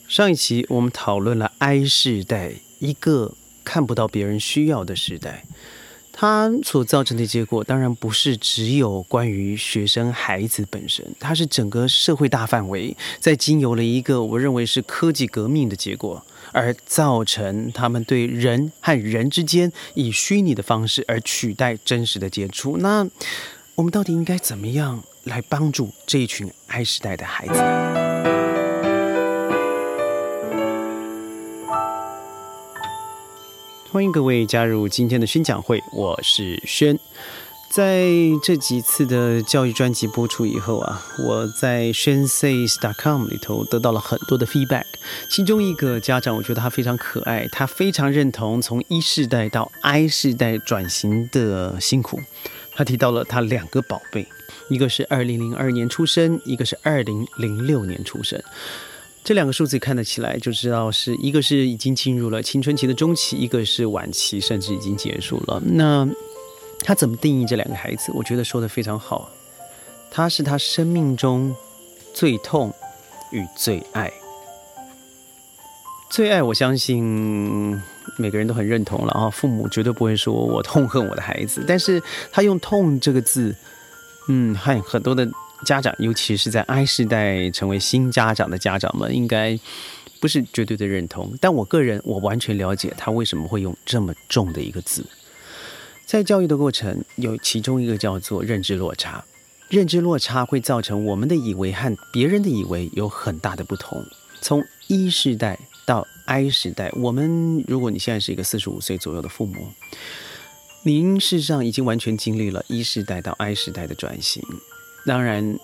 上一期我们讨论了 I 世代，一个看不到别人需要的时代，它所造成的结果当然不是只有关于学生孩子本身，它是整个社会大范围在经由了一个我认为是科技革命的结果，而造成他们对人和人之间以虚拟的方式而取代真实的接触。那我们到底应该怎么样来帮助这一群 I 世代的孩子呢？欢迎各位加入今天的宣讲会，我是轩。在这几次的教育专辑播出以后啊，我在shensays.com 里头得到了很多的 feedback。其中一个家长，我觉得他非常可爱，他非常认同从一世代到 I 世代转型的辛苦。他提到了他两个宝贝，一个是2002年出生，一个是2006年出生。这两个数字看得起来就知道是一个是已经进入了青春期的中期，一个是晚期，甚至已经结束了。那他怎么定义这两个孩子？我觉得说得非常好。他是他生命中最痛与最爱。最爱我相信每个人都很认同了啊，父母绝对不会说我痛恨我的孩子，但是他用痛这个字，和很多的家长，尤其是在 I 世代成为新家长的家长们，应该不是绝对的认同。但我个人，我完全了解他为什么会用这么重的一个字。在教育的过程，有其中一个叫做认知落差。认知落差会造成我们的以为和别人的以为有很大的不同。从一世代到 I 世代，如果你现在是一个45岁左右的父母，您事实上已经完全经历了一世代到 I 世代的转型。当然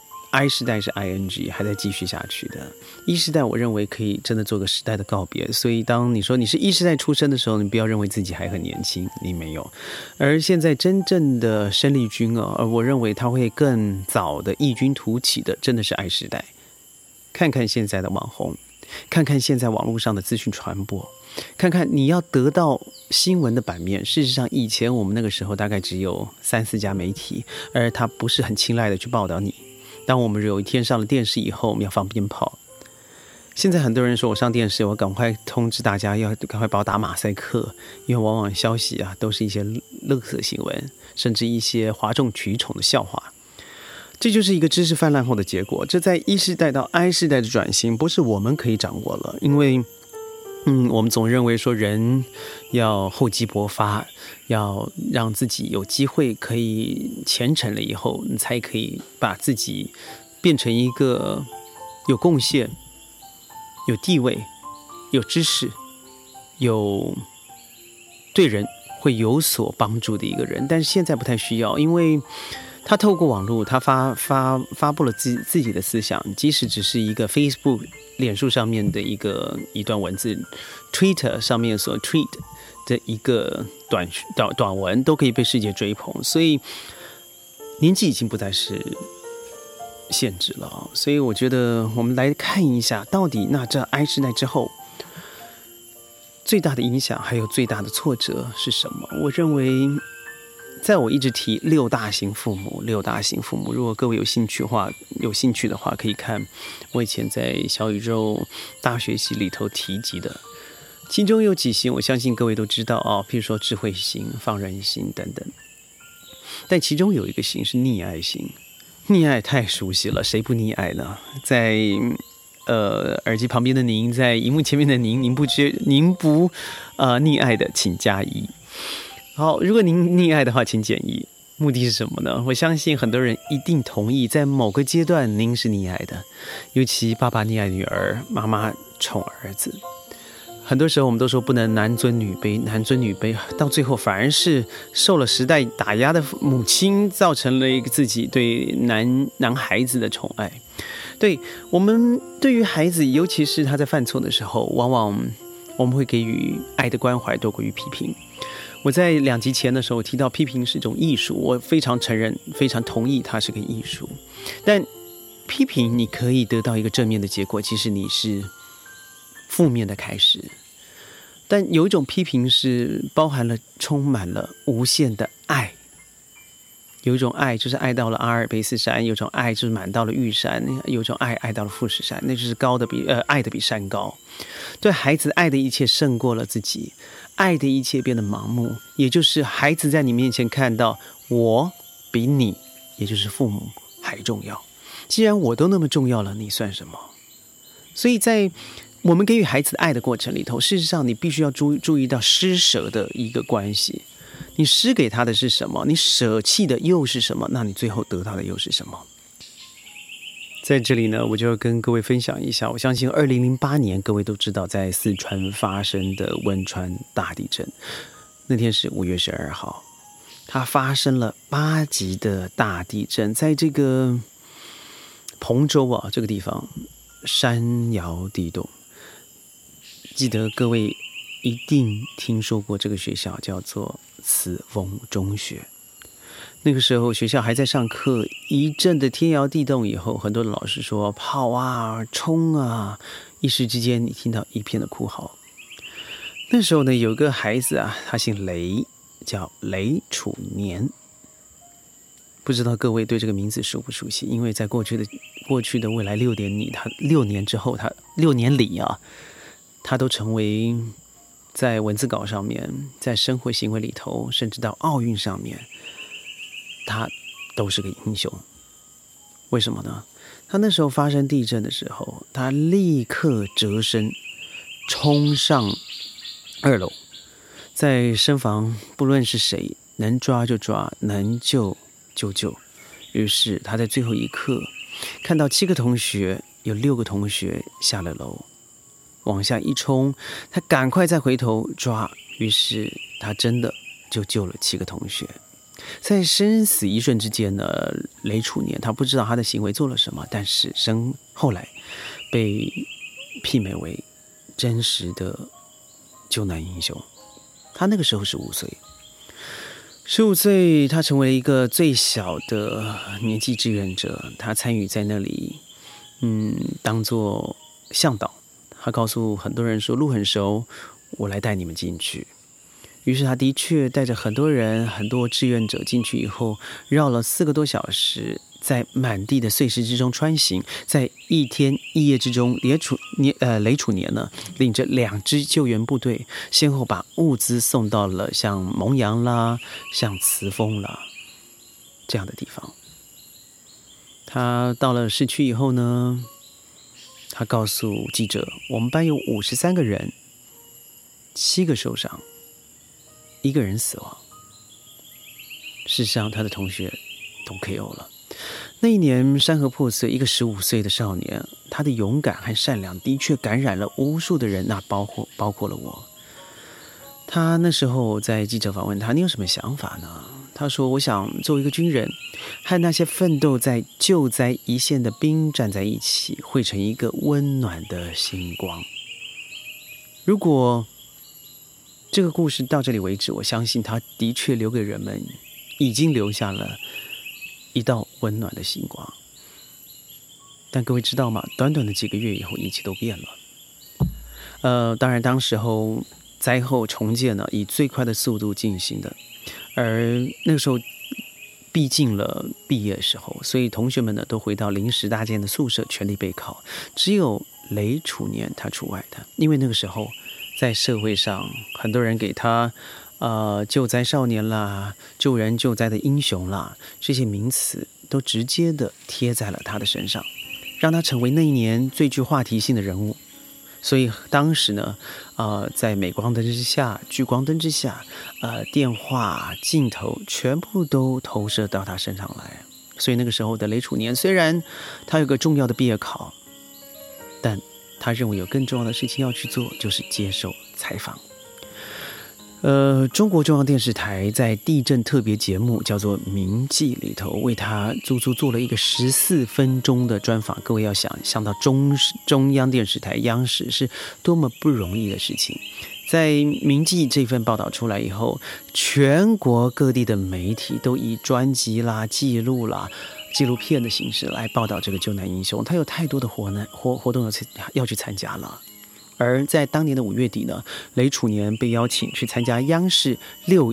I 世代是 ING 还在继续下去的，一世代我认为可以真的做个时代的告别。所以当你说你是一世代出生的时候，你不要认为自己还很年轻，你没有。而现在真正的生力军我认为他会更早的异军突起的真的是 I 世代。看看现在的网红，看看现在网络上的资讯传播，看看你要得到新闻的版面。事实上以前我们那个时候大概只有3-4家媒体，而他不是很青睐的去报道你。当我们有一天上了电视以后，我们要放鞭炮。现在很多人说我上电视，我赶快通知大家要赶快把我打马赛克，因为往往消息都是一些垃圾新闻，甚至一些哗众取宠的笑话。这就是一个知识泛滥后的结果。这在一世代到 I 世代的转型不是我们可以掌握了，因为我们总认为说人要厚积薄发，要让自己有机会可以虔诚了以后，你才可以把自己变成一个有贡献、有地位、有知识、有对人会有所帮助的一个人。但是现在不太需要，因为他透过网络，他发布了自己的思想，即使只是一个 Facebook 脸书上面的一段文字， Twitter 上面所 tweet 的一个短文都可以被世界追捧。所以年纪已经不再是限制了。所以我觉得我们来看一下，到底那这 I 世代之后最大的影响还有最大的挫折是什么。我认为在我一直提6大型父母，如果各位有兴趣的话，可以看我以前在小宇宙大学习里头提及的。其中有几型我相信各位都知道譬如说智慧型、放任型等等。但其中有一个型是溺爱型。溺爱太熟悉了，谁不溺爱呢？在耳机旁边的您，在荧幕前面的您不溺爱的请加1。好，如果您溺爱的话请减1。目的是什么呢？我相信很多人一定同意，在某个阶段您是溺爱的，尤其爸爸溺爱女儿，妈妈宠儿子。很多时候我们都说不能男尊女卑，到最后反而是受了时代打压的母亲造成了一个自己对男孩子的宠爱。对，我们对于孩子，尤其是他在犯错的时候，往往我们会给予爱的关怀多过于批评。我在2集前的时候提到批评是一种艺术，我非常承认，非常同意它是个艺术。但批评你可以得到一个正面的结果，其实你是负面的开始。但有一种批评是充满了无限的爱， 有一种爱就是爱到了阿尔卑斯山，有一种爱就是满到了玉山，有一种爱爱到了富士山，那就是爱的比山高。对孩子爱的一切胜过了自己，爱的一切变得盲目，也就是孩子在你面前看到我比你，也就是父母还重要。既然我都那么重要了，你算什么？所以在我们给予孩子爱的过程里头，事实上你必须要注意到施舍的一个关系。你施给他的是什么？你舍弃的又是什么？那你最后得到的又是什么？在这里呢，我就跟各位分享一下，我相信2008年各位都知道在四川发生的汶川大地震，那天是5月12号，它发生了8级的大地震，在这个彭州啊这个地方山摇地动。记得各位一定听说过这个学校叫做慈翁中学。那个时候学校还在上课，一阵的天摇地动以后，很多的老师说跑啊冲啊，一时之间你听到一片的哭嚎。那时候呢，有个孩子啊，他姓雷，叫雷楚年。不知道各位对这个名字熟不熟悉？因为在过去的未来6年里，他6年之后，他6年里啊，他都成为在文字稿上面，在生活行为里头，甚至到奥运上面，他都是个英雄。为什么呢？他那时候发生地震的时候，他立刻折身冲上2楼，在身房不论是谁能抓就抓，能救就救。于是他在最后一刻看到7个同学，有6个同学下了楼，往下一冲，他赶快再回头抓，于是他真的就救了7个同学。在生死一瞬之间呢，雷楚年他不知道他的行为做了什么，但是后来被媲美为真实的救难英雄。他那个时候15岁，15岁他成为了一个最小的年纪志愿者，他参与在那里当作向导。他告诉很多人说路很熟，我来带你们进去。于是他的确带着很多人，很多志愿者进去以后，绕了4个多小时，在满地的碎石之中穿行，在1天1夜之中，雷楚年呢领着2支救援部队，先后把物资送到了像蒙阳啦、像慈丰啦这样的地方。他到了市区以后呢，他告诉记者，我们班有53个人，7个受伤，1个人死亡。事实上他的同学都 KO 了。那一年山河破碎，一个15岁的少年，他的勇敢和善良的确感染了无数的人，那包括了我。他那时候在记者访问他，你有什么想法呢？他说，我想作为一个军人，和那些奋斗在救灾一线的兵站在一起，汇成一个温暖的星光。如果这个故事到这里为止，我相信他的确留给人们，已经留下了一道温暖的星光。但各位知道吗？短短的几个月以后，一切都变了。当然当时候灾后重建呢，以最快的速度进行的，而那个时候逼近了毕业的时候，所以同学们呢都回到临时搭建的宿舍全力备考，只有雷楚年他除外的，因为那个时候在社会上很多人给他救灾少年啦、救人救灾的英雄啦，这些名词都直接的贴在了他的身上，让他成为那一年最具话题性的人物。所以当时呢，在镁光灯之下、聚光灯之下，电话镜头全部都投射到他身上来。所以那个时候的雷楚年，虽然他有个重要的毕业考，但他认为有更重要的事情要去做，就是接受采访。中国中央电视台在地震特别节目叫做《铭记》里头，为他足足做了一个14分钟的专访。各位要想到中央电视台央视是多么不容易的事情。在《铭记》这份报道出来以后，全国各地的媒体都以专辑啦、记录啦、纪录片的形式来报道这个救难英雄。他有太多的活动要去参加了。而在当年的5月底呢，雷楚年被邀请去参加央视6·1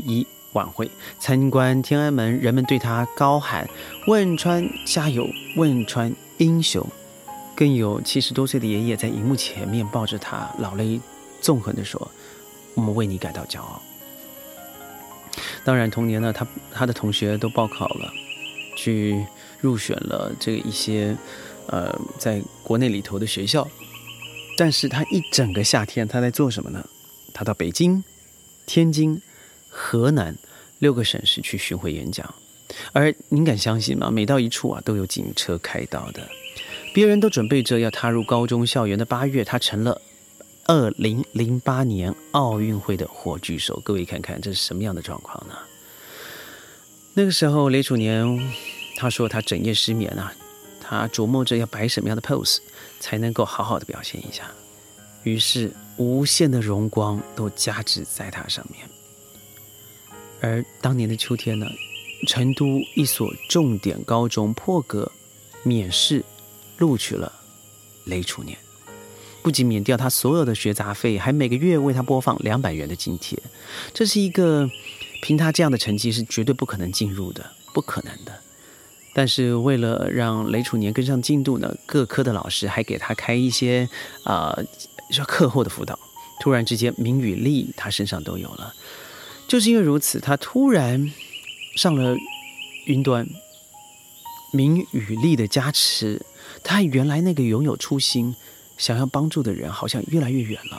晚会。参观天安门，人们对他高喊汶川加油，汶川英雄。更有70多岁的爷爷在荧幕前面抱着他，老泪纵横地说，我们为你感到骄傲。当然同年呢，他的同学都报考了，去入选了这一些在国内里头的学校。但是他一整个夏天他在做什么呢？他到北京、天津、河南6个省市去巡回演讲。而您敢相信吗？每到一处都有警车开道的。别人都准备着要踏入高中校园的8月，他成了2008年奥运会的火炬手。各位看看这是什么样的状况呢？那个时候雷楚年他说他整夜失眠他琢磨着要摆什么样的 pose 才能够好好的表现一下，于是无限的荣光都加持在他上面。而当年的秋天呢，成都一所重点高中破格免试录取了雷楚年，不仅免掉他所有的学杂费，还每个月为他播放200元的津贴。这是一个凭他这样的成绩是绝对不可能进入的，不可能的。但是为了让雷楚年跟上进度呢，各科的老师还给他开一些课后的辅导。突然之间名与利他身上都有了。就是因为如此，他突然上了云端，名与利的加持，他原来那个拥有初心想要帮助的人好像越来越远了。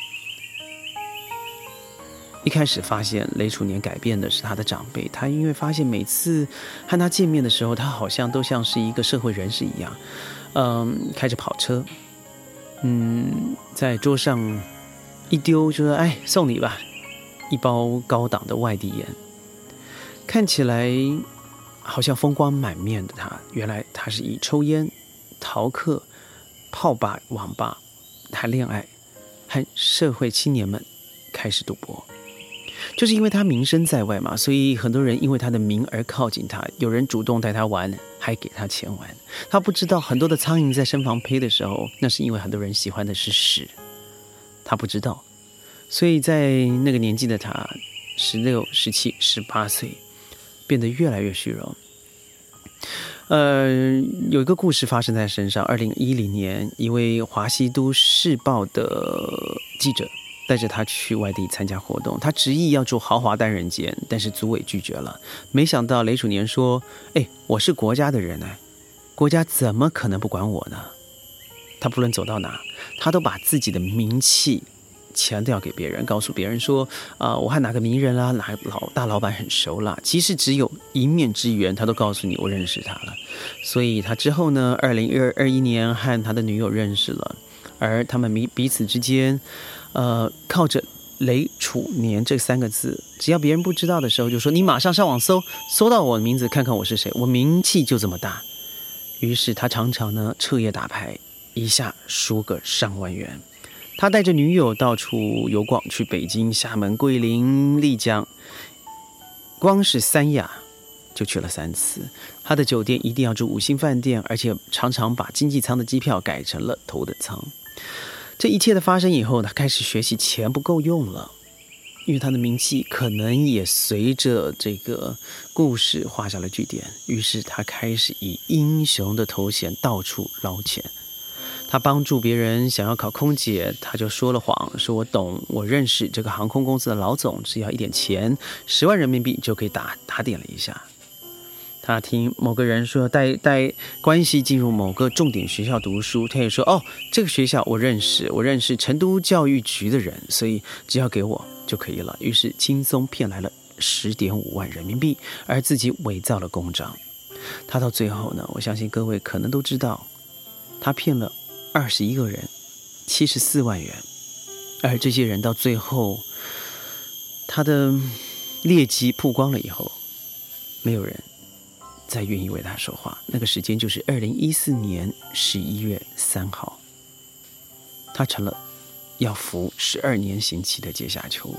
一开始发现雷楚年改变的是他的长辈，他因为发现每次和他见面的时候，他好像都像是一个社会人士一样，开着跑车，在桌上一丢就说哎送你吧，一包高档的外地烟，看起来好像风光满面的他，原来他是以抽烟、逃课、泡吧、网吧、谈恋爱和社会青年们开始赌博。就是因为他名声在外嘛，所以很多人因为他的名而靠近他，有人主动带他玩，还给他钱玩。他不知道很多的苍蝇在身旁飞的时候，那是因为很多人喜欢的是屎，他不知道。所以在那个年纪的他16、17、18岁变得越来越虚荣。有一个故事发生在身上。2010年，一位华西都市报的记者带着他去外地参加活动，他执意要住豪华单人间，但是组委拒绝了。没想到雷楚年说：“我是国家的人国家怎么可能不管我呢？”他不论走到哪，他都把自己的名气强调给别人，告诉别人说我和哪个名人啦，哪个大老板很熟啦。其实只有一面之缘，他都告诉你我认识他了。所以他之后呢，2021年和他的女友认识了，而他们彼此之间靠着雷楚年这3个字，只要别人不知道的时候，就说你马上上网搜到我的名字，看看我是谁，我名气就这么大。于是他常常呢彻夜打牌，一下输个上万元。他带着女友到处游逛，去北京、厦门、桂林、丽江，光是三亚就去了3次。他的酒店一定要住5星饭店，而且常常把经济舱的机票改成了头等舱。这一切的发生以后，他开始学习钱不够用了，因为他的名气可能也随着这个故事画下了句点。于是他开始以英雄的头衔到处捞钱。他帮助别人想要考空姐，他就说了谎，说我懂，我认识这个航空公司的老总，只要一点钱，10万人民币就可以打点了一下。他听某个人说带关系进入某个重点学校读书，他也说这个学校我认识成都教育局的人，所以只要给我就可以了。于是轻松骗来了10.5万人民币，而自己伪造了公章。他到最后呢，我相信各位可能都知道，他骗了21个人74万元，而这些人到最后他的劣迹曝光了以后，没有人再愿意为他说话。那个时间就是2014年11月3号，他成了要服12年刑期的阶下囚。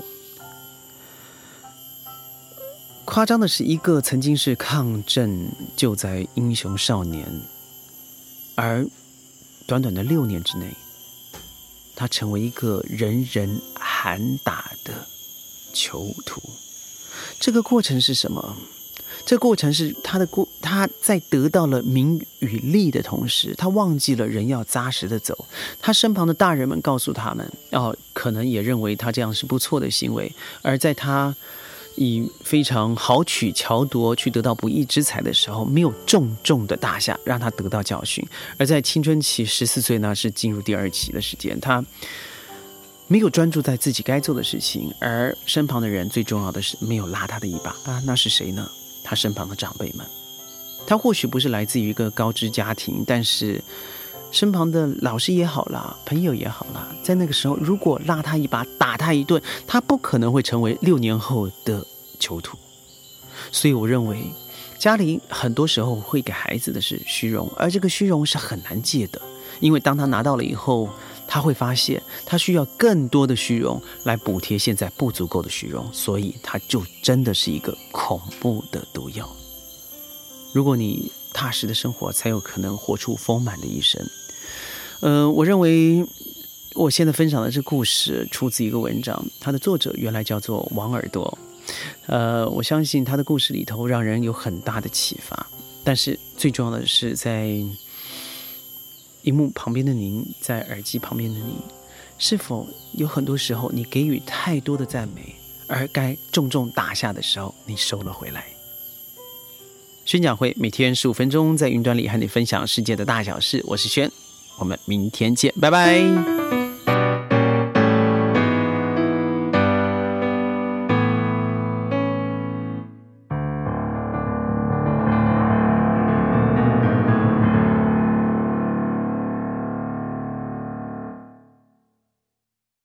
夸张的是，一个曾经是抗震救灾英雄少年，而短短的6年之内，他成为一个人人喊打的囚徒。 这个过程是什么？这个过程是他在得到了名与利的同时，他忘记了人要扎实的走。他身旁的大人们告诉他们，可能也认为他这样是不错的行为，而在他以非常好取巧夺去得到不义之财的时候，没有重重的打下，让他得到教训。而在青春期14岁呢，是进入第2期的时间，他没有专注在自己该做的事情，而身旁的人最重要的是没有拉他的一把那是谁呢？他身旁的长辈们。他或许不是来自于一个高知家庭，但是身旁的老师也好啦，朋友也好啦，在那个时候如果拉他一把，打他一顿，他不可能会成为6年后的囚徒。所以我认为家里很多时候会给孩子的是虚荣，而这个虚荣是很难戒的，因为当他拿到了以后，他会发现他需要更多的虚荣来补贴现在不足够的虚荣，所以他就真的是一个恐怖的毒药。如果你踏实的生活，才有可能活出丰满的一生。我认为我现在分享的这故事出自一个文章，它的作者原来叫做王耳朵。我相信他的故事里头让人有很大的启发，但是最重要的是在荧幕旁边的您，在耳机旁边的你，是否有很多时候你给予太多的赞美，而该重重打下的时候你收了回来。宣讲会每天15分钟，在云端里和你分享世界的大小事。我是轩，我们明天见，拜拜。